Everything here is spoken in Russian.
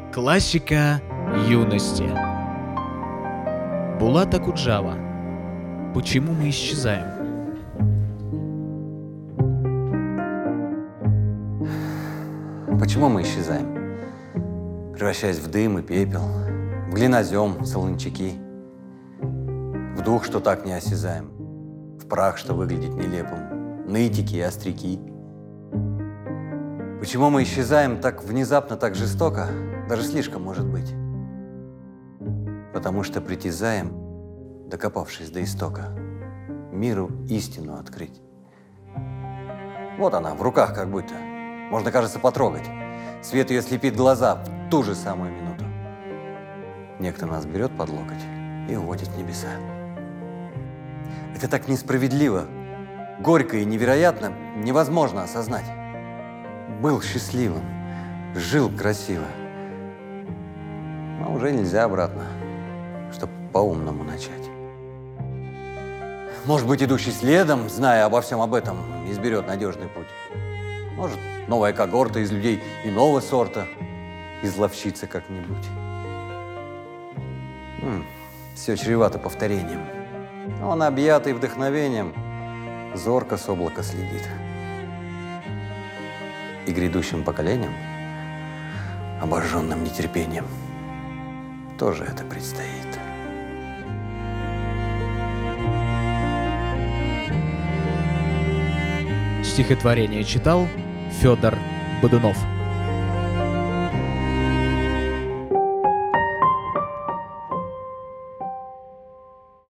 Классика юности. Булат Акуджава. Почему мы исчезаем? Почему мы исчезаем? Превращаясь в дым и пепел, в глинозем, солончаки, в дух, что так неосязаем, в прах, что выглядит нелепым, нытики и остряки. Почему мы исчезаем так внезапно, так жестоко, даже слишком, может быть? Потому что притязаем, докопавшись до истока, миру истину открыть. Вот она, в руках как будто. Можно, кажется, потрогать. Свет ее слепит глаза в ту же самую минуту. Некто нас берет под локоть и уводит в небеса. Это так несправедливо, горько и невероятно, невозможно осознать. Был счастливым, жил красиво. Но уже нельзя обратно, чтобы по-умному начать. Может быть, идущий следом, зная обо всем об этом, изберет надежный путь. Может, новая когорта из людей иного сорта изловчится как-нибудь. Все чревато повторением. Он, объятый вдохновением, зорко с облака следит. И грядущим поколениям, обожженным нетерпением, тоже это предстоит. Стихотворение читал Федор Бодунов.